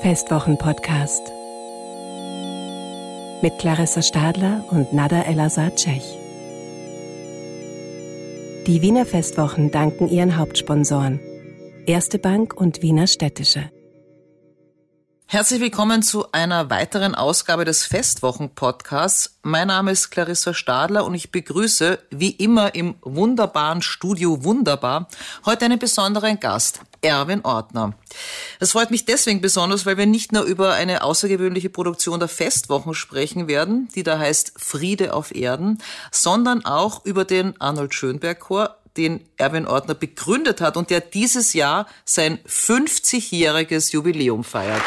Festwochen-Podcast mit Clarissa Stadler und Nada El-Azad-Cech. Die Wiener Festwochen danken ihren Hauptsponsoren Erste Bank und Wiener Städtische. Herzlich willkommen zu einer weiteren Ausgabe des Festwochen-Podcasts. Mein Name ist Clarissa Stadler und ich begrüße, wie immer im wunderbaren Studio Wunderbar, heute einen besonderen Gast, Erwin Ortner. Das freut mich deswegen besonders, weil wir nicht nur über eine außergewöhnliche Produktion der Festwochen sprechen werden, die da heißt Friede auf Erden, sondern auch über den Arnold Schönberg Chor, den Erwin Ortner begründet hat und der dieses Jahr sein 50-jähriges Jubiläum feiert.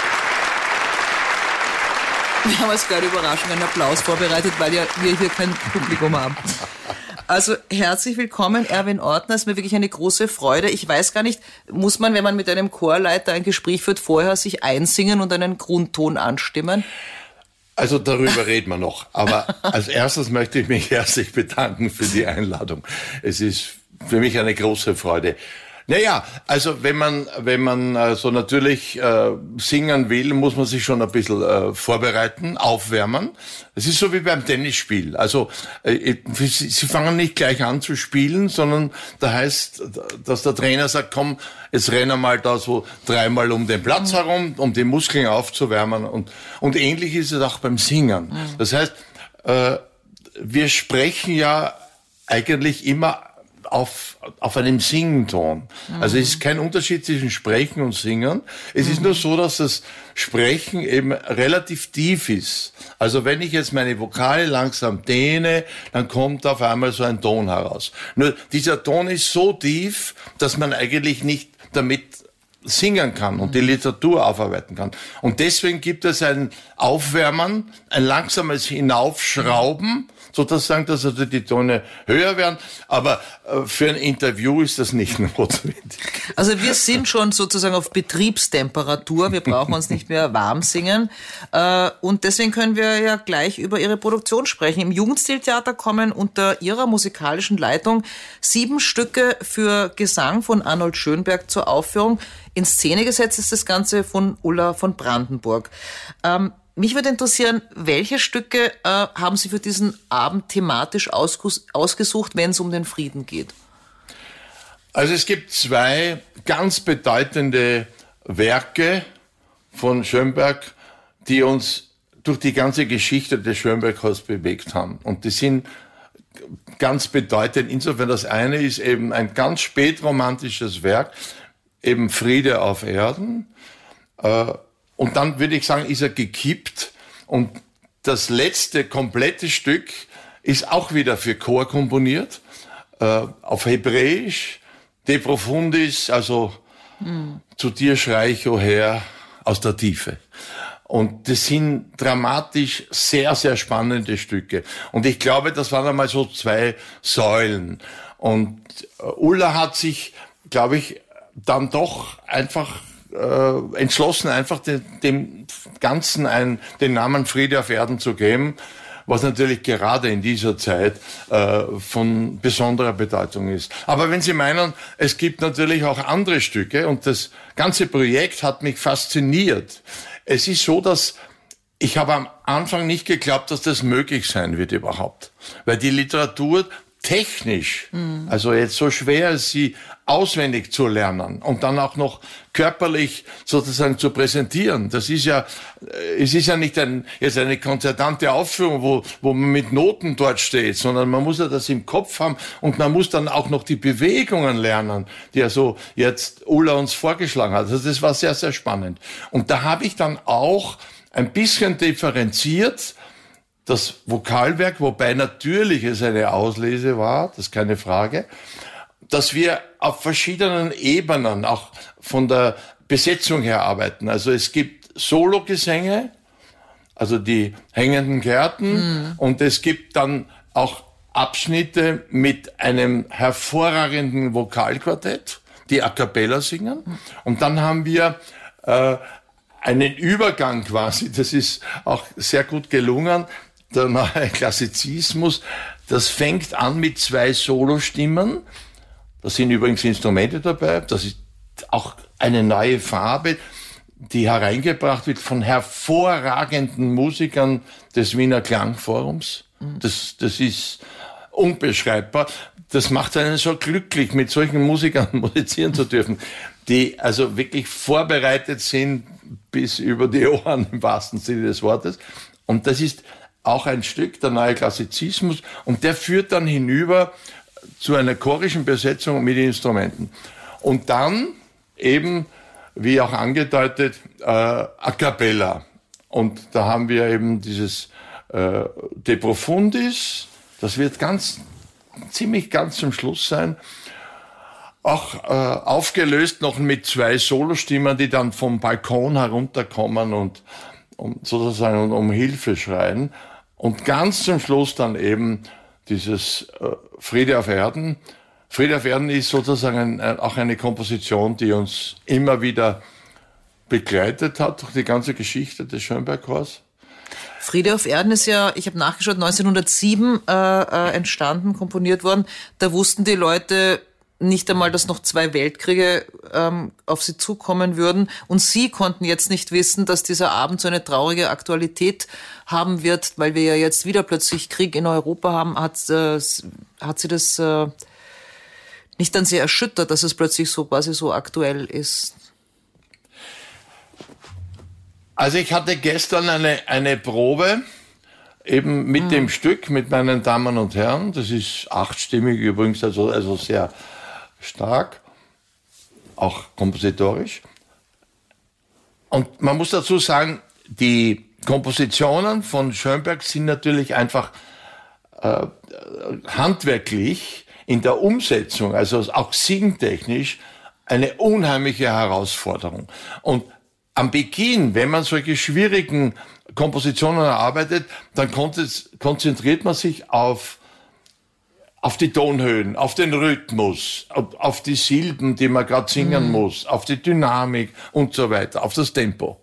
Wir haben als kleine Überraschung einen Applaus vorbereitet, weil ja wir hier kein Publikum haben. Also herzlich willkommen, Erwin Ortner. Es ist mir wirklich eine große Freude. Ich weiß gar nicht, muss man, wenn man mit einem Chorleiter ein Gespräch führt, vorher sich einsingen und einen Grundton anstimmen? Also darüber reden wir noch. Aber als erstes möchte ich mich herzlich bedanken für die Einladung. Es ist für mich eine große Freude. Naja, also wenn man so natürlich singen will, muss man sich schon ein bisschen vorbereiten, aufwärmen. Es ist so wie beim Tennisspiel. Also sie fangen nicht gleich an zu spielen, sondern da heißt, dass der Trainer sagt, komm, jetzt rennen mal da so 3-mal um den Platz herum, um die Muskeln aufzuwärmen. Und ähnlich ist es auch beim Singen. Das heißt, wir sprechen ja eigentlich immer auf einem Singenton. Also es ist kein Unterschied zwischen Sprechen und Singen. Es ist nur so, dass das Sprechen eben relativ tief ist. Also wenn ich jetzt meine Vokale langsam dehne, dann kommt auf einmal so ein Ton heraus. Nur dieser Ton ist so tief, dass man eigentlich nicht damit singen kann und die Literatur aufarbeiten kann. Und deswegen gibt es ein Aufwärmen, ein langsames Hinaufschrauben, sozusagen, dass also die Töne höher werden. Aber für ein Interview ist das nicht notwendig. Also wir sind schon sozusagen auf Betriebstemperatur. Wir brauchen uns nicht mehr warm singen. Und deswegen können wir ja gleich über Ihre Produktion sprechen. Im Jugendstiltheater kommen unter Ihrer musikalischen Leitung 7 Stücke für Gesang von Arnold Schönberg zur Aufführung. In Szene gesetzt ist das Ganze von Ulla von Brandenburg. Mich würde interessieren, welche Stücke haben Sie für diesen Abend thematisch ausgesucht, wenn es um den Frieden geht? Also es gibt 2 ganz bedeutende Werke von Schönberg, die uns durch die ganze Geschichte des Schönberg-Chors bewegt haben. Und die sind ganz bedeutend. Insofern das eine ist eben ein ganz spätromantisches Werk, eben Friede auf Erden. Und dann würde ich sagen, ist er gekippt. Und das letzte komplette Stück ist auch wieder für Chor komponiert, auf Hebräisch, De profundis, also zu dir schrei ich, o Herr, aus der Tiefe. Und das sind dramatisch sehr, sehr spannende Stücke. Und ich glaube, das waren einmal so 2 Säulen. Und Ulla hat sich, glaube ich, dann doch einfach entschlossen, einfach dem Ganzen den Namen Friede auf Erden zu geben, was natürlich gerade in dieser Zeit von besonderer Bedeutung ist. Aber wenn Sie meinen, es gibt natürlich auch andere Stücke und das ganze Projekt hat mich fasziniert. Es ist so, dass ich habe am Anfang nicht geglaubt, dass das möglich sein wird überhaupt, weil die Literatur technisch, also jetzt so schwer ist sie auswendig zu lernen und dann auch noch körperlich sozusagen zu präsentieren. Es ist ja nicht jetzt eine konzertante Aufführung, wo man mit Noten dort steht, sondern man muss ja das im Kopf haben und man muss dann auch noch die Bewegungen lernen, die ja so jetzt Ulla uns vorgeschlagen hat. Also das war sehr, sehr spannend. Und da habe ich dann auch ein bisschen differenziert, das Vokalwerk, wobei natürlich es eine Auslese war, das ist keine Frage, dass wir auf verschiedenen Ebenen auch von der Besetzung her arbeiten. Also es gibt Sologesänge, also die hängenden Gärten, und es gibt dann auch Abschnitte mit einem hervorragenden Vokalquartett, die a cappella singen. Und dann haben wir einen Übergang quasi, das ist auch sehr gut gelungen, der neue Klassizismus, das fängt an mit 2 Solostimmen. Da sind übrigens Instrumente dabei, das ist auch eine neue Farbe. die hereingebracht wird von hervorragenden Musikern des Wiener Klangforums. Das ist unbeschreibbar. Das macht einen so glücklich, mit solchen Musikern musizieren zu dürfen, die also wirklich vorbereitet sind bis über die Ohren im wahrsten Sinne des Wortes. Und das ist auch ein Stück der neue Klassizismus und der führt dann hinüber zu einer chorischen Besetzung mit Instrumenten. Und dann eben, wie auch angedeutet, a cappella. Und da haben wir eben dieses De Profundis, das wird ziemlich ganz zum Schluss sein, auch aufgelöst noch mit 2 Solostimmen, die dann vom Balkon herunterkommen und sozusagen um Hilfe schreien. Und ganz zum Schluss dann eben dieses Friede auf Erden. Friede auf Erden ist sozusagen auch eine Komposition, die uns immer wieder begleitet hat durch die ganze Geschichte des Schönberg-Chors. Friede auf Erden ist ja, ich habe nachgeschaut, 1907 entstanden, komponiert worden. Da wussten die Leute nicht einmal, dass noch 2 Weltkriege auf sie zukommen würden. Und sie konnten jetzt nicht wissen, dass dieser Abend so eine traurige Aktualität haben wird, weil wir ja jetzt wieder plötzlich Krieg in Europa haben. Hat sie das nicht dann sehr erschüttert, dass es plötzlich so quasi so aktuell ist? Also ich hatte gestern eine Probe eben mit dem Stück, mit meinen Damen und Herren. Das ist 8-stimmig übrigens, also sehr stark, auch kompositorisch. Und man muss dazu sagen, die Kompositionen von Schönberg sind natürlich einfach handwerklich in der Umsetzung, also auch singtechnisch, eine unheimliche Herausforderung. Und am Beginn, wenn man solche schwierigen Kompositionen erarbeitet, dann konzentriert man sich auf die Tonhöhen, auf den Rhythmus, auf die Silben, die man gerade singen muss, auf die Dynamik und so weiter, auf das Tempo.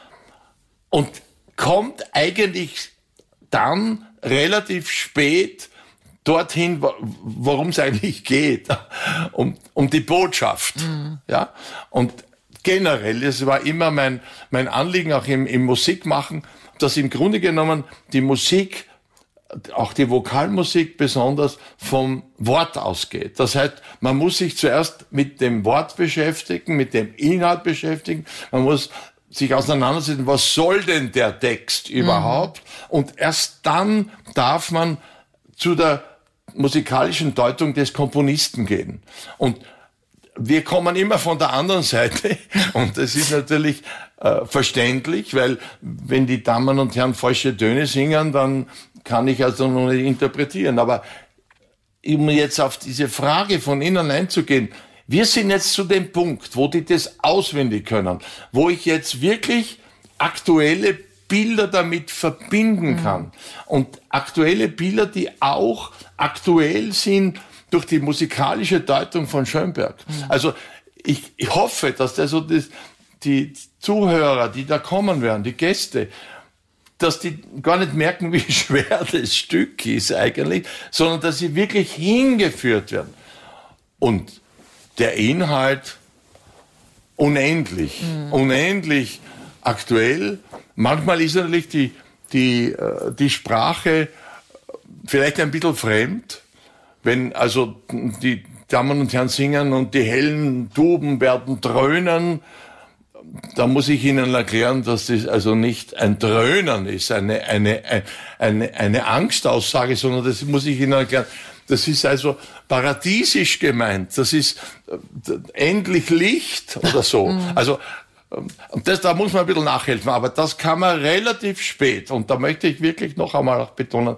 Und kommt eigentlich dann relativ spät dorthin, worum es eigentlich geht, um die Botschaft. Ja? Und generell, es war immer mein Anliegen, auch im Musikmachen, dass im Grunde genommen die Musik, auch die Vokalmusik besonders, vom Wort ausgeht. Das heißt, man muss sich zuerst mit dem Wort beschäftigen, mit dem Inhalt beschäftigen, man muss sich auseinandersetzen, was soll denn der Text überhaupt? Und erst dann darf man zu der musikalischen Deutung des Komponisten gehen. Und wir kommen immer von der anderen Seite und das ist natürlich verständlich, weil wenn die Damen und Herren falsche Töne singen, dann kann ich also noch nicht interpretieren. Aber um jetzt auf diese Frage von Ihnen einzugehen, wir sind jetzt zu dem Punkt, wo die das auswendig können, wo ich jetzt wirklich aktuelle Bilder damit verbinden kann. Und aktuelle Bilder, die auch aktuell sind durch die musikalische Deutung von Schönberg. Also ich hoffe, dass also die Zuhörer, die da kommen werden, die Gäste, dass die gar nicht merken, wie schwer das Stück ist eigentlich, sondern dass sie wirklich hingeführt werden. Und der Inhalt unendlich aktuell. Manchmal ist natürlich die Sprache vielleicht ein bisschen fremd, wenn also die Damen und Herren singen und die hellen Tuben werden dröhnen. Da muss ich Ihnen erklären, dass das also nicht ein Dröhnen ist, eine Angstaussage, sondern das muss ich Ihnen erklären. Das ist also paradiesisch gemeint. Das ist endlich Licht oder so. Also, und da muss man ein bisschen nachhelfen. Aber das kann man relativ spät. Und da möchte ich wirklich noch einmal auch betonen,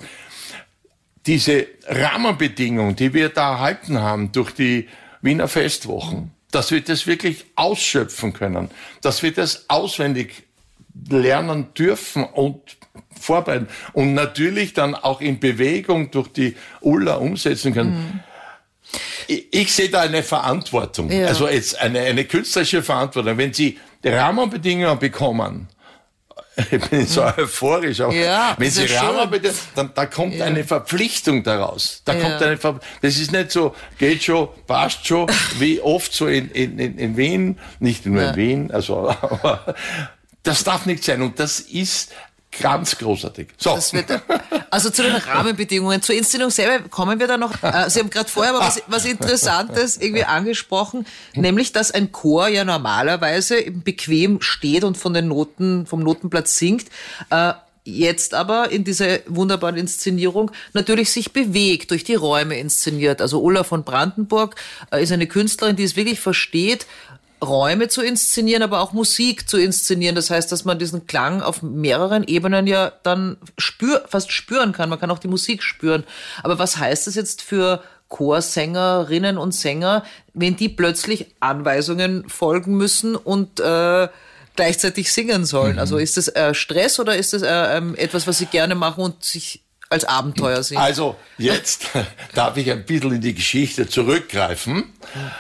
diese Rahmenbedingungen, die wir da erhalten haben durch die Wiener Festwochen, dass wir das wirklich ausschöpfen können, dass wir das auswendig lernen dürfen und vorbereiten und natürlich dann auch in Bewegung durch die Ulla umsetzen können. Ich sehe da eine Verantwortung, also jetzt eine künstlerische Verantwortung. Wenn Sie die Rahmenbedingungen bekommen, ich bin so euphorisch, aber wenn Sie Rahmenbedingungen, dann da kommt eine Verpflichtung daraus. Das ist nicht so, geht schon, passt schon, wie oft so in Wien, nicht nur in Wien, also, aber das darf nicht sein und das ist ganz großartig. So. Also zu den Rahmenbedingungen, zur Inszenierung selber kommen wir da noch. Sie haben gerade vorher aber was Interessantes irgendwie angesprochen, nämlich, dass ein Chor ja normalerweise bequem steht und vom Notenplatz singt. Jetzt aber in dieser wunderbaren Inszenierung natürlich sich bewegt, durch die Räume inszeniert. Also Ulla von Brandenburg ist eine Künstlerin, die es wirklich versteht, Räume zu inszenieren, aber auch Musik zu inszenieren. Das heißt, dass man diesen Klang auf mehreren Ebenen ja dann fast spüren kann. Man kann auch die Musik spüren. Aber was heißt das jetzt für Chorsängerinnen und Sänger, wenn die plötzlich Anweisungen folgen müssen und gleichzeitig singen sollen? Also ist das Stress oder ist das etwas, was sie gerne machen und sich als Abenteuer sehen? Also jetzt darf ich ein bisschen in die Geschichte zurückgreifen.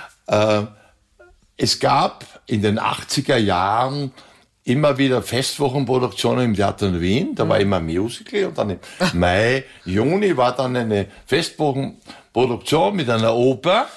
Es gab in den 80er Jahren immer wieder Festwochenproduktionen im Theater in Wien. Da war immer ein Musical und dann im Mai, Juni war dann eine Festwochenproduktion mit einer Oper.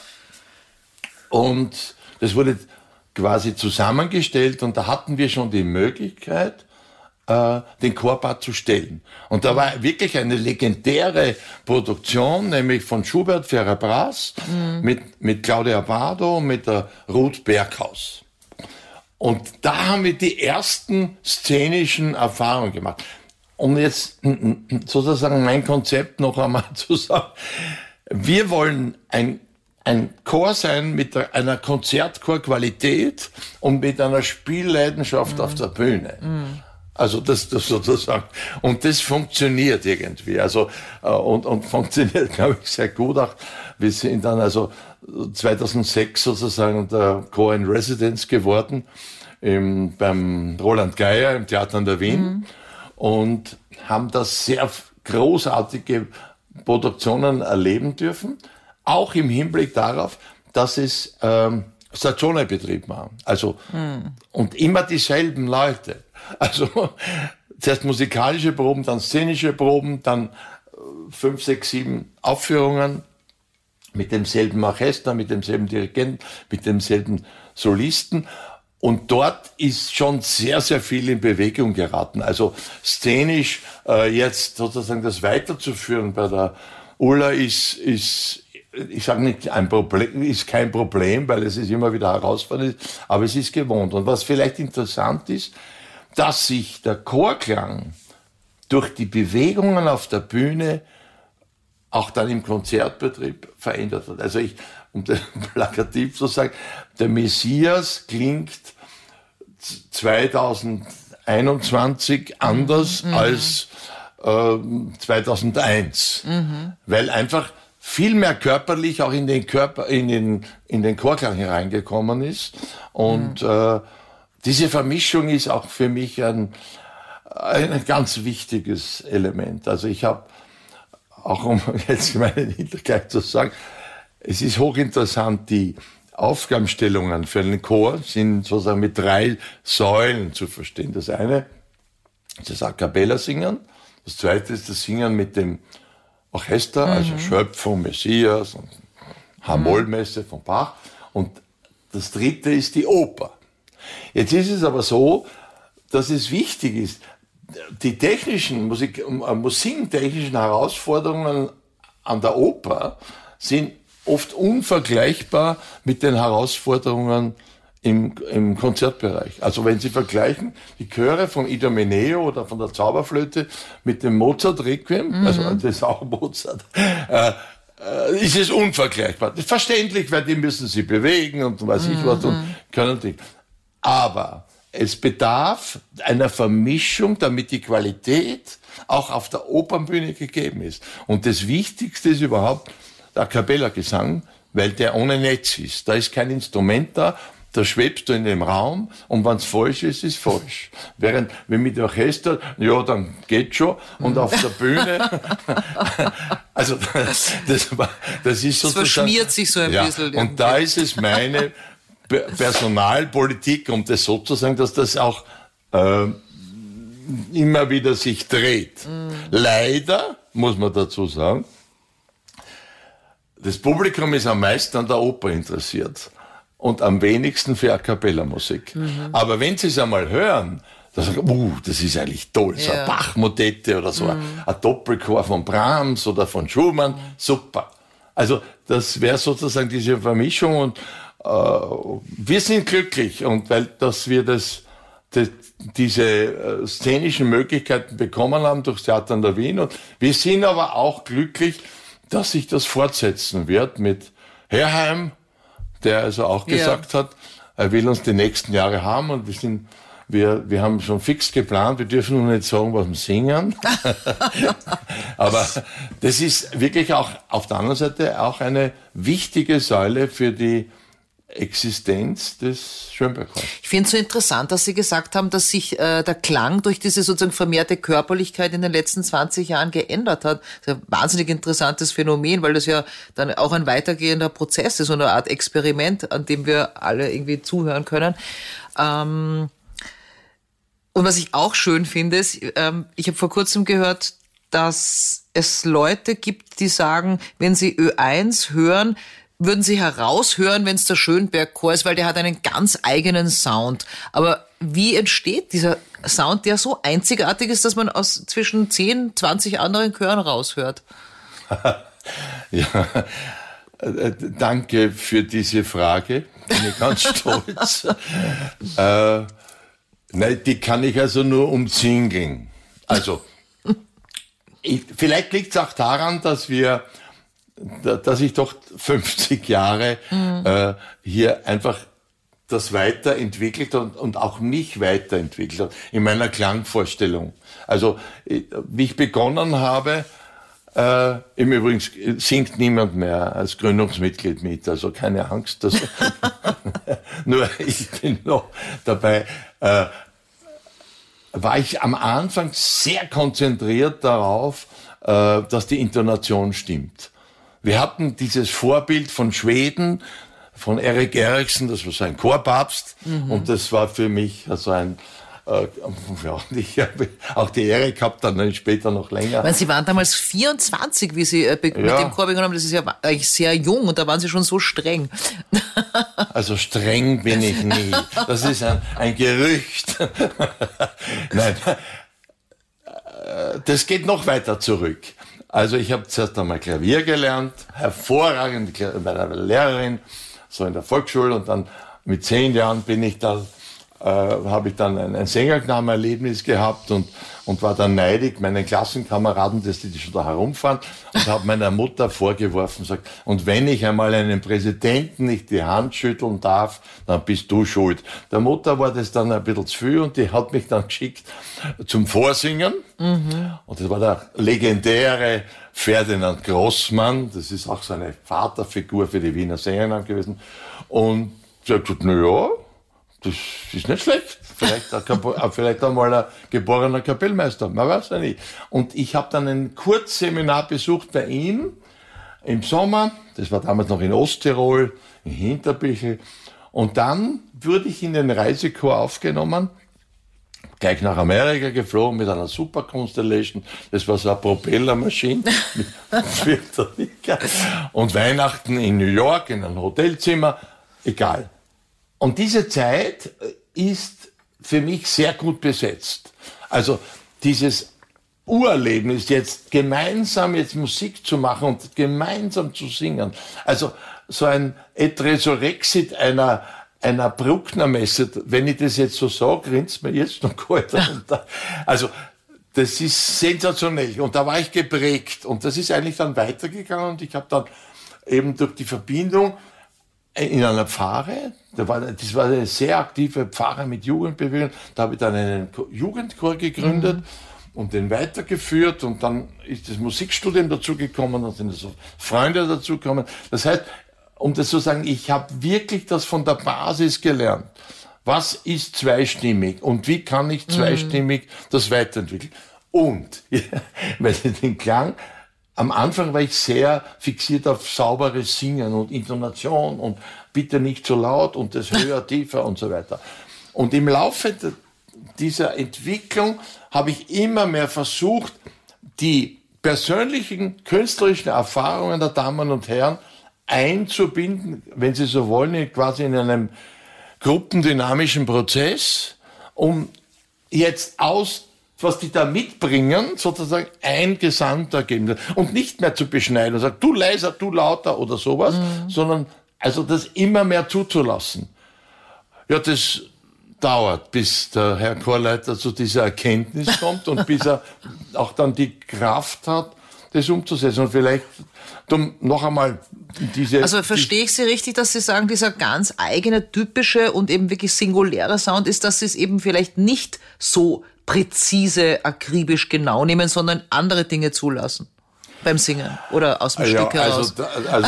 Und das wurde quasi zusammengestellt und da hatten wir schon die Möglichkeit, den Chorpart zu stellen. Und da war wirklich eine legendäre Produktion, nämlich von Schubert Ferrer-Brass mit Claudia Bardo und mit der Ruth Berghaus. Und da haben wir die ersten szenischen Erfahrungen gemacht. Um jetzt sozusagen mein Konzept noch einmal zu sagen, wir wollen ein Chor sein mit einer Konzertchorqualität und mit einer Spielleidenschaft auf der Bühne. Also das sozusagen. Und das funktioniert irgendwie. Also, und funktioniert, glaube ich, sehr gut auch. Wir sind dann also 2006 sozusagen der Chor in Residence geworden, beim Roland Geier im Theater an der Wien. Und haben da sehr großartige Produktionen erleben dürfen. Auch im Hinblick darauf, dass es Stationsbetrieb war. Also, und immer dieselben Leute. Also zuerst musikalische Proben, dann szenische Proben, dann 5, 6, 7 Aufführungen mit demselben Orchester, mit demselben Dirigenten, mit demselben Solisten. Und dort ist schon sehr, sehr viel in Bewegung geraten. Also szenisch jetzt sozusagen das weiterzuführen bei der Ulla ist ich sage nicht ein Problem, ist kein Problem, weil es ist immer wieder herausfordernd, aber es ist gewohnt. Und was vielleicht interessant ist, dass sich der Chorklang durch die Bewegungen auf der Bühne auch dann im Konzertbetrieb verändert hat. Also um das plakativ zu sagen, der Messias klingt 2021 anders als 2001, weil einfach viel mehr körperlich auch in den Chorklang hereingekommen ist und diese Vermischung ist auch für mich ein ganz wichtiges Element. Also ich habe, auch um jetzt meinen Hintergrund zu sagen, es ist hochinteressant, die Aufgabenstellungen für einen Chor sind sozusagen mit 3 Säulen zu verstehen. Das eine ist das A Cappella singen, das zweite ist das Singen mit dem Orchester, also Schöpfung, Messias und H-Moll-Messe von Bach und das dritte ist die Oper. Jetzt ist es aber so, dass es wichtig ist, die musiktechnischen Herausforderungen an der Oper sind oft unvergleichbar mit den Herausforderungen im Konzertbereich. Also wenn Sie vergleichen die Chöre von Idomeneo oder von der Zauberflöte mit dem Mozart-Requiem, also das ist auch Mozart, ist es unvergleichbar. Verständlich, weil die müssen sich bewegen und weiß ich was und können die. Aber es bedarf einer Vermischung, damit die Qualität auch auf der Opernbühne gegeben ist. Und das Wichtigste ist überhaupt der A-Cappella-Gesang, weil der ohne Netz ist. Da ist kein Instrument da, da schwebst du in dem Raum und wenn es falsch ist, ist falsch. Während, wenn mit dem Orchester, ja, dann geht schon und auf der Bühne, also das ist sozusagen... Das verschmiert sich so ein bisschen. Und da ist es meine Personalpolitik, um das so zu sagen, dass das auch immer wieder sich dreht. Leider, muss man dazu sagen, das Publikum ist am meisten an der Oper interessiert und am wenigsten für A-Cappella-Musik. Aber wenn sie es einmal hören, dann sagen, das ist eigentlich toll, so eine Bach-Motette oder so ein Doppelchor von Brahms oder von Schumann, super. Also das wäre sozusagen diese Vermischung und wir sind glücklich und dass wir diese szenischen Möglichkeiten bekommen haben durch das Theater an der Wien und wir sind aber auch glücklich, dass sich das fortsetzen wird mit Herrheim, der also auch gesagt hat, er will uns die nächsten Jahre haben und wir haben schon fix geplant, wir dürfen nur nicht sagen, was wir singen. Aber das ist wirklich auch auf der anderen Seite auch eine wichtige Säule für die Existenz des Schönbergchors. Ich finde es so interessant, dass Sie gesagt haben, dass sich der Klang durch diese sozusagen vermehrte Körperlichkeit in den letzten 20 Jahren geändert hat. Das ist ein wahnsinnig interessantes Phänomen, weil das ja dann auch ein weitergehender Prozess ist, so eine Art Experiment, an dem wir alle irgendwie zuhören können. Und was ich auch schön finde, ist, ich habe vor kurzem gehört, dass es Leute gibt, die sagen, wenn sie Ö1 hören, würden sie heraushören, wenn es der Schönberg-Chor ist, weil der hat einen ganz eigenen Sound. Aber wie entsteht dieser Sound, der so einzigartig ist, dass man aus zwischen 10, 20 anderen Chören raushört? Ja, danke für diese Frage. Bin ich ganz stolz. Nein, die kann ich also nur umzingeln. Also, vielleicht liegt es auch daran, dass ich doch 50 Jahre hier einfach das weiterentwickelt und auch mich weiterentwickelt habe in meiner Klangvorstellung. Also, wie ich begonnen habe, im Übrigen singt niemand mehr als Gründungsmitglied mit, also keine Angst. Nur ich bin noch dabei. War ich am Anfang sehr konzentriert darauf, dass die Intonation stimmt. Wir hatten dieses Vorbild von Schweden, von Erik Eriksen, das war so ein Chorpapst, und das war für mich also ich habe auch die Ehre gehabt, dann später noch länger. Weil Sie waren damals 24, wie Sie mit dem Chor begonnen haben, das ist ja eigentlich sehr jung und da waren Sie schon so streng. Also streng bin ich nie. Das ist ein Gerücht. Nein, das geht noch weiter zurück. Also ich habe zuerst einmal Klavier gelernt, hervorragend bei einer Lehrerin, so in der Volksschule, und dann mit 10 Jahren habe ich dann ein Sängerknabenerlebnis gehabt und war dann neidig, meinen Klassenkameraden, dass die schon da herumfahren, und habe meiner Mutter vorgeworfen, sagt, und wenn ich einmal einem Präsidenten nicht die Hand schütteln darf, dann bist du schuld. Der Mutter war das dann ein bisschen zu viel und die hat mich dann geschickt zum Vorsingen. Und das war der legendäre Ferdinand Grossmann, das ist auch so eine Vaterfigur für die Wiener Sänger gewesen. Und sie hat gesagt, na ja, das ist nicht schlecht. Vielleicht einmal ein geborener Kapellmeister, man weiß ja nicht. Und ich habe dann ein Kurzseminar besucht bei ihm im Sommer. Das war damals noch in Osttirol, in Hinterbichel. Und dann wurde ich in den Reisechor aufgenommen, gleich nach Amerika geflogen mit einer Super Constellation. Das war so eine Propellermaschine mit Schwerterlicher. Und Weihnachten in New York in einem Hotelzimmer. Egal. Und diese Zeit ist für mich sehr gut besetzt. Also dieses Urerlebnis, jetzt gemeinsam Musik zu machen und gemeinsam zu singen. Also so ein Et Resurrexit einer Bruckner-Messe, wenn ich das jetzt so sage, grinst mir jetzt noch kalt runter. Also das ist sensationell und da war ich geprägt und das ist eigentlich dann weitergegangen und ich habe dann eben durch die Verbindung in einer Pfarre, das war eine sehr aktive Pfarre mit Jugendbewegung, da habe ich dann einen Jugendchor gegründet und den weitergeführt und dann ist das Musikstudium dazugekommen und sind so Freunde dazugekommen. Das heißt, um das zu sagen, ich habe wirklich das von der Basis gelernt. Was ist zweistimmig und wie kann ich zweistimmig das weiterentwickeln? Und, weil den Klang, am Anfang war ich sehr fixiert auf sauberes Singen und Intonation und bitte nicht zu laut und das höher, tiefer und so weiter. Und im Laufe dieser Entwicklung habe ich immer mehr versucht, die persönlichen künstlerischen Erfahrungen der Damen und Herren einzubinden, wenn Sie so wollen, quasi in einem gruppendynamischen Prozess, um jetzt was die da mitbringen, sozusagen ein Gesamtergebnis und nicht mehr zu beschneiden und sagen, du leiser, du lauter oder sowas, sondern also das immer mehr zuzulassen. Ja, das dauert, bis der Herr Chorleiter zu dieser Erkenntnis kommt und bis er auch dann die Kraft hat, das umzusetzen. Und vielleicht noch einmal diese... Also verstehe ich Sie richtig, dass Sie sagen, dieser ganz eigene, typische und eben wirklich singuläre Sound ist, dass Sie es eben vielleicht nicht so präzise, akribisch genau nehmen, sondern andere Dinge zulassen beim Singen oder aus dem Stück heraus? Also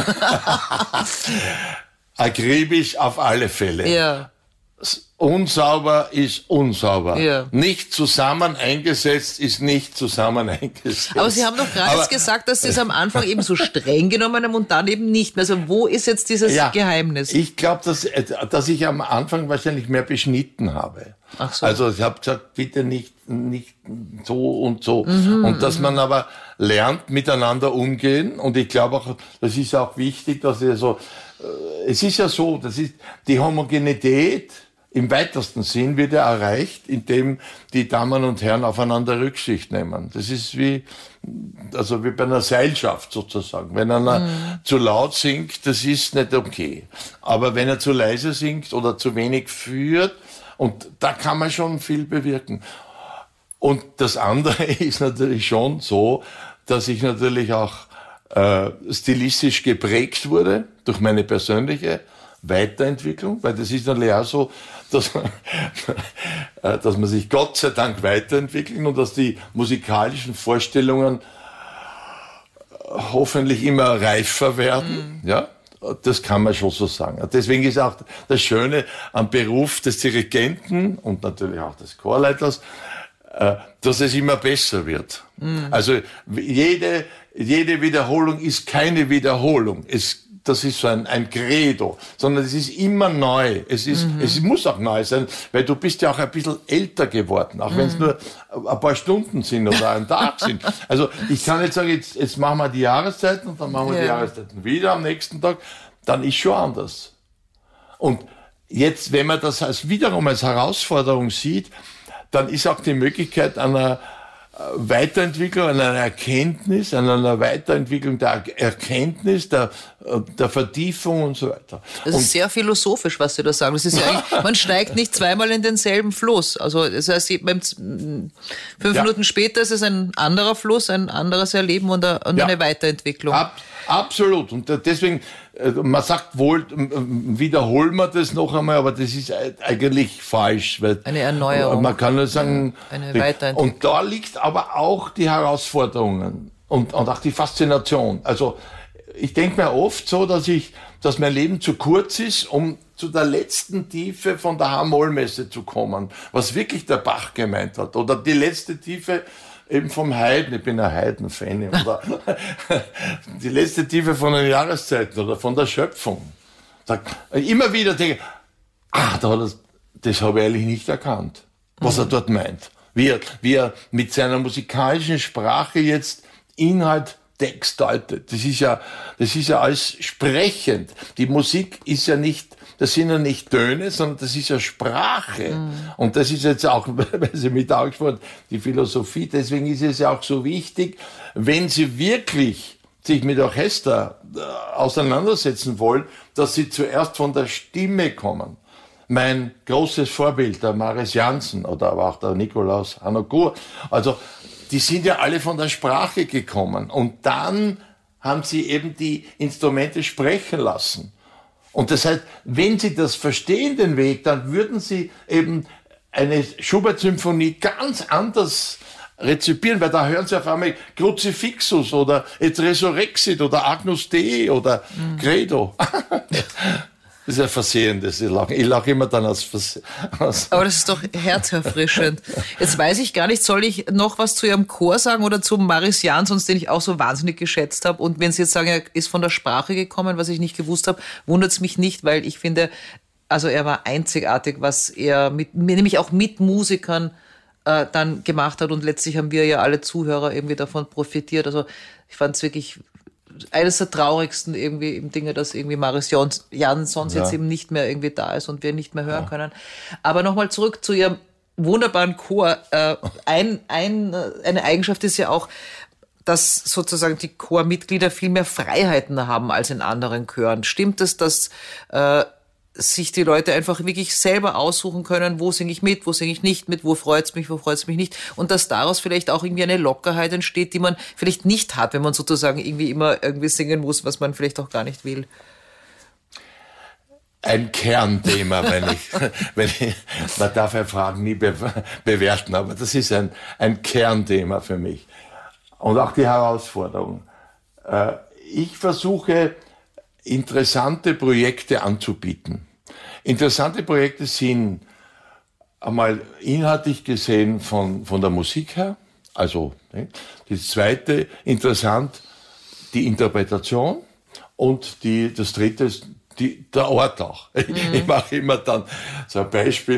akribisch auf alle Fälle. Ja. Unsauber ist unsauber. Ja. Nicht zusammen eingesetzt ist nicht zusammen eingesetzt. Aber Sie haben doch gerade jetzt gesagt, dass Sie es am Anfang eben so streng genommen haben und dann eben nicht mehr. Also wo ist jetzt dieses Geheimnis? Ich glaube, dass ich am Anfang wahrscheinlich mehr beschnitten habe. Ach so. Also ich habe gesagt, bitte nicht so und so. Und dass man aber lernt, miteinander umgehen. Und ich glaube auch, das ist auch wichtig, dass es ist ja so, das ist die Homogenität im weitesten Sinn wird ja erreicht, indem die Damen und Herren aufeinander Rücksicht nehmen. Das ist wie bei einer Seilschaft sozusagen. Wenn einer zu laut singt, das ist nicht okay. Aber wenn er zu leise singt oder zu wenig führt, und da kann man schon viel bewirken. Und das andere ist natürlich schon so, dass ich natürlich auch stilistisch geprägt wurde durch meine persönliche Weiterentwicklung, weil das ist natürlich auch so, dass man sich Gott sei Dank weiterentwickelt und dass die musikalischen Vorstellungen hoffentlich immer reifer werden, ja. Das kann man schon so sagen. Deswegen ist auch das Schöne am Beruf des Dirigenten und natürlich auch des Chorleiters, dass es immer besser wird. Also jede Wiederholung ist keine Wiederholung. Das ist so ein Credo, sondern es ist immer neu. Es muss auch neu sein, weil du bist ja auch ein bisschen älter geworden, auch wenn es nur ein paar Stunden sind oder ein Tag sind. Also ich kann nicht sagen, jetzt machen wir die Jahreszeiten und dann machen wir die Jahreszeiten wieder am nächsten Tag, dann ist schon anders. Und jetzt, wenn man das wiederum als Herausforderung sieht, dann ist auch die Möglichkeit einer Weiterentwicklung, einer Erkenntnis, einer Weiterentwicklung der Erkenntnis, der Vertiefung und so weiter. Das ist sehr philosophisch, was Sie da sagen. Das ist ja eigentlich, man steigt nicht zweimal in denselben Fluss. Also das heißt, 5 Minuten später ist es ein anderer Fluss, ein anderes Erleben und eine Weiterentwicklung. Absolut. Und deswegen, man sagt wohl, wiederholen wir das noch einmal, aber das ist eigentlich falsch. Weil eine Erneuerung. Man kann nur sagen, eine Weiterentwicklung. Und da liegt aber auch die Herausforderungen und auch die Faszination. Also ich denke mir oft so, dass mein Leben zu kurz ist, um zu der letzten Tiefe von der H-Moll-Messe zu kommen, was wirklich der Bach gemeint hat. Oder die letzte Tiefe eben vom Haydn, ich bin ein Haydn-Fan, oder die letzte Tiefe von den Jahreszeiten oder von der Schöpfung. Immer wieder denke das habe ich eigentlich nicht erkannt, was er dort meint. Wie er mit seiner musikalischen Sprache jetzt Inhalt, Text deutet. Das ist ja alles sprechend. Die Musik ist ja nicht, das sind ja nicht Töne, sondern das ist ja Sprache. Und das ist jetzt auch, weil Sie mit angesprochen, die Philosophie. Deswegen ist es ja auch so wichtig, wenn Sie wirklich sich mit Orchester auseinandersetzen wollen, dass Sie zuerst von der Stimme kommen. Mein großes Vorbild, der Marius Jansen oder aber auch der Nikolaus Hanokur, also die sind ja alle von der Sprache gekommen. Und dann haben sie eben die Instrumente sprechen lassen. Und das heißt, wenn Sie das verstehen, den Weg, dann würden Sie eben eine Schubert-Symphonie ganz anders rezipieren, weil da hören Sie auf einmal Crucifixus oder Et Resurrexit oder Agnus Dei oder Credo. Das ist ein versehendes Lachen. Ich lache immer dann aus. Aber das ist doch herzerfrischend. Jetzt weiß ich gar nicht, soll ich noch was zu Ihrem Chor sagen oder zum Marius Janson, den ich auch so wahnsinnig geschätzt habe? Und wenn Sie jetzt sagen, er ist von der Sprache gekommen, was ich nicht gewusst habe, wundert es mich nicht, weil ich finde, also er war einzigartig, was er nämlich auch mit Musikern dann gemacht hat und letztlich haben wir ja alle Zuhörer irgendwie davon profitiert. Also ich fand es wirklich eines der traurigsten irgendwie eben Dinge, dass irgendwie Marius Jansons jetzt eben nicht mehr irgendwie da ist und wir nicht mehr hören können. Aber nochmal zurück zu Ihrem wunderbaren Chor. Eine Eigenschaft ist ja auch, dass sozusagen die Chormitglieder viel mehr Freiheiten haben als in anderen Chören. Stimmt es, dass sich die Leute einfach wirklich selber aussuchen können, wo singe ich mit, wo singe ich nicht mit, wo freut's mich nicht und dass daraus vielleicht auch irgendwie eine Lockerheit entsteht, die man vielleicht nicht hat, wenn man sozusagen immer irgendwie singen muss, was man vielleicht auch gar nicht will? Ein Kernthema, man darf ja Fragen nie bewerten, aber das ist ein Kernthema für mich. Und auch die Herausforderung. Ich versuche, interessante Projekte anzubieten. Interessante Projekte sind einmal inhaltlich gesehen von der Musik her. Also, das zweite, interessant, die Interpretation. Und das dritte ist der Ort auch. Ich mache immer dann so ein Beispiel,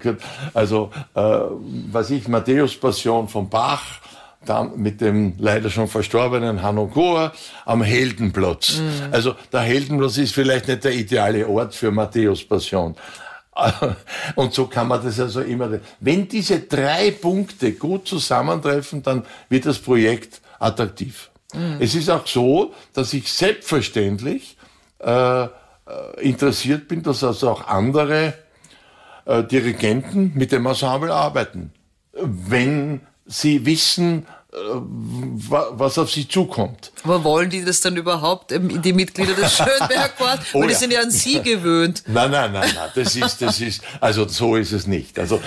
Matthäus-Passion von Bach, dann mit dem leider schon verstorbenen Hanno Gohr am Heldenplatz. Also der Heldenplatz ist vielleicht nicht der ideale Ort für Matthäus-Passion. Und so kann man das also immer. Wenn diese 3 Punkte gut zusammentreffen, dann wird das Projekt attraktiv. Es ist auch so, dass ich selbstverständlich interessiert bin, dass also auch andere Dirigenten mit dem Ensemble arbeiten. Wenn sie wissen, was auf sie zukommt. Aber wollen die das dann überhaupt, die Mitglieder des Schönberg-Chors? Weil die sind ja an Sie gewöhnt. Nein, das ist, also so ist es nicht. Also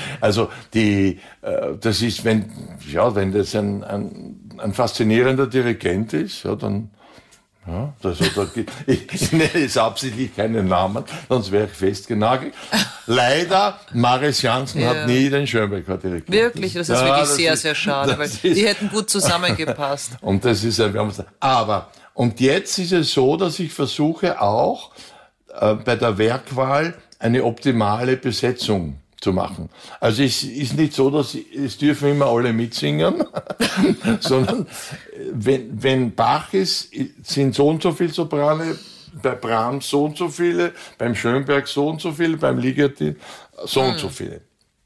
das ist, wenn das ein faszinierender Dirigent ist, ja, dann, ja, ich nenne jetzt absichtlich keinen Namen, sonst wäre ich festgenagelt. Leider, Marius Jansen hat nie den Schönberg-Chor dirigiert. Wirklich? Das ist wirklich sehr, sehr schade, weil die hätten gut zusammengepasst. Und das ist und jetzt ist es so, dass ich versuche auch bei der Werkwahl eine optimale Besetzung zu machen. Also es ist nicht so, dass es dürfen immer alle mitsingen, sondern wenn Bach ist, sind so und so viele Soprane, bei Brahms so und so viele, beim Schönberg so und so viele, beim Ligeti so und so viele.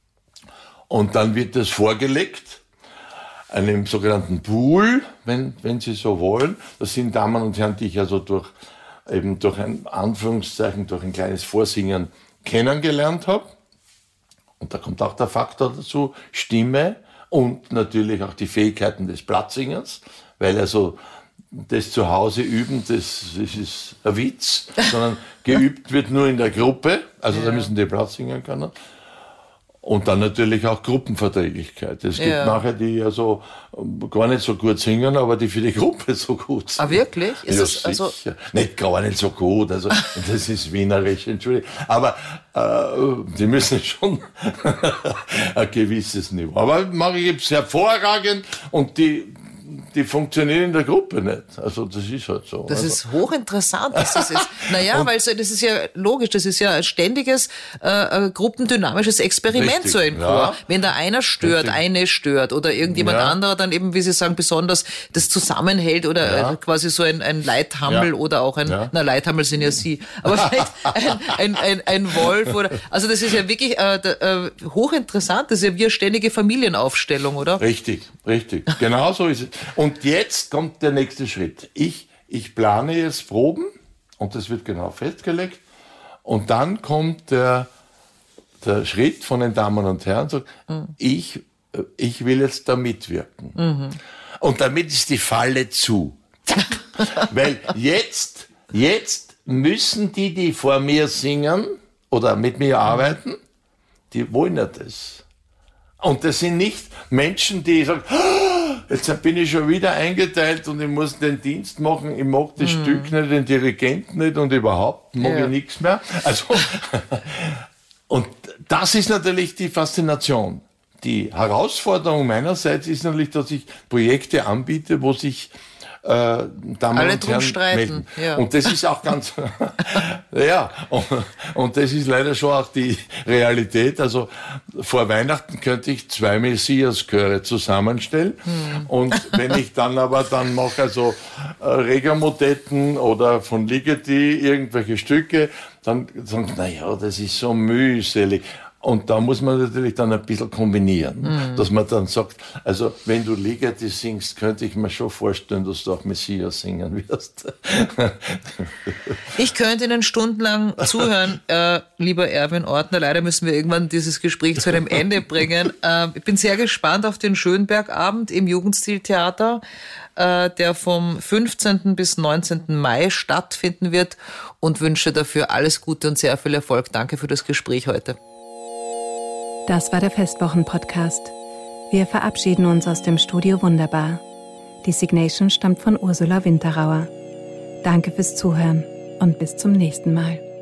Und dann wird das vorgelegt, einem sogenannten Pool, wenn Sie so wollen. Das sind Damen und Herren, die ich also durch ein Anführungszeichen, durch ein kleines Vorsingen kennengelernt habe. Und da kommt auch der Faktor dazu, Stimme und natürlich auch die Fähigkeiten des Platzsingers, weil also das zu Hause üben, das ist ein Witz, sondern geübt wird nur in der Gruppe, also da müssen die Platzsingen können. Und dann natürlich auch Gruppenverträglichkeit. Es gibt nachher, die also gar nicht so gut singen, aber die für die Gruppe so gut sind. Ah, wirklich? Ist ja, das also nicht gar nicht so gut, also das ist wienerisch, Entschuldigung. Aber die müssen schon ein gewisses Niveau. Aber mache ich jetzt hervorragend und die funktionieren in der Gruppe nicht. Also das ist halt so. Das ist hochinteressant, dass das ist. Naja, weil das ist ja logisch, das ist ja ein ständiges gruppendynamisches Experiment, richtig, so ein Chor. Ja. Wenn da einer stört, eine stört oder irgendjemand anderer dann eben, wie Sie sagen, besonders das zusammenhält oder quasi so ein Leithammel oder auch Leithammel sind ja Sie, aber vielleicht ein Wolf oder, also das ist ja wirklich hochinteressant, das ist ja wie eine ständige Familienaufstellung, oder? Richtig. Genau so ist es. Und jetzt kommt der nächste Schritt. Ich plane jetzt Proben und das wird genau festgelegt. Und dann kommt der Schritt von den Damen und Herren, sagt, ich will jetzt da mitwirken. Und damit ist die Falle zu. Weil jetzt müssen die vor mir singen oder mit mir arbeiten, die wollen ja das. Und das sind nicht Menschen, die sagen, jetzt bin ich schon wieder eingeteilt und ich muss den Dienst machen, ich mag das Stück nicht, den Dirigenten nicht und überhaupt mag ich nichts mehr. Also, und das ist natürlich die Faszination. Die Herausforderung meinerseits ist natürlich, dass ich Projekte anbiete, wo sich Damen alle und drum Herren streiten. melden. Ja. Und das ist auch ganz, ja, und das ist leider schon auch die Realität. Also vor Weihnachten könnte ich 2 Messias-Chöre zusammenstellen. Und wenn ich dann mache, also Regermotetten oder von Ligeti irgendwelche Stücke, dann sagen, naja, das ist so mühselig. Und da muss man natürlich dann ein bisschen kombinieren, dass man dann sagt, also wenn du Ligeti singst, könnte ich mir schon vorstellen, dass du auch Messias singen wirst. Ich könnte Ihnen stundenlang zuhören, lieber Erwin Ortner. Leider müssen wir irgendwann dieses Gespräch zu einem Ende bringen. Ich bin sehr gespannt auf den Schönberg-Abend im Jugendstiltheater, der vom 15. bis 19. Mai stattfinden wird, und wünsche dafür alles Gute und sehr viel Erfolg. Danke für das Gespräch heute. Das war der Festwochen-Podcast. Wir verabschieden uns aus dem Studio Wunderbar. Die Signation stammt von Ursula Winterauer. Danke fürs Zuhören und bis zum nächsten Mal.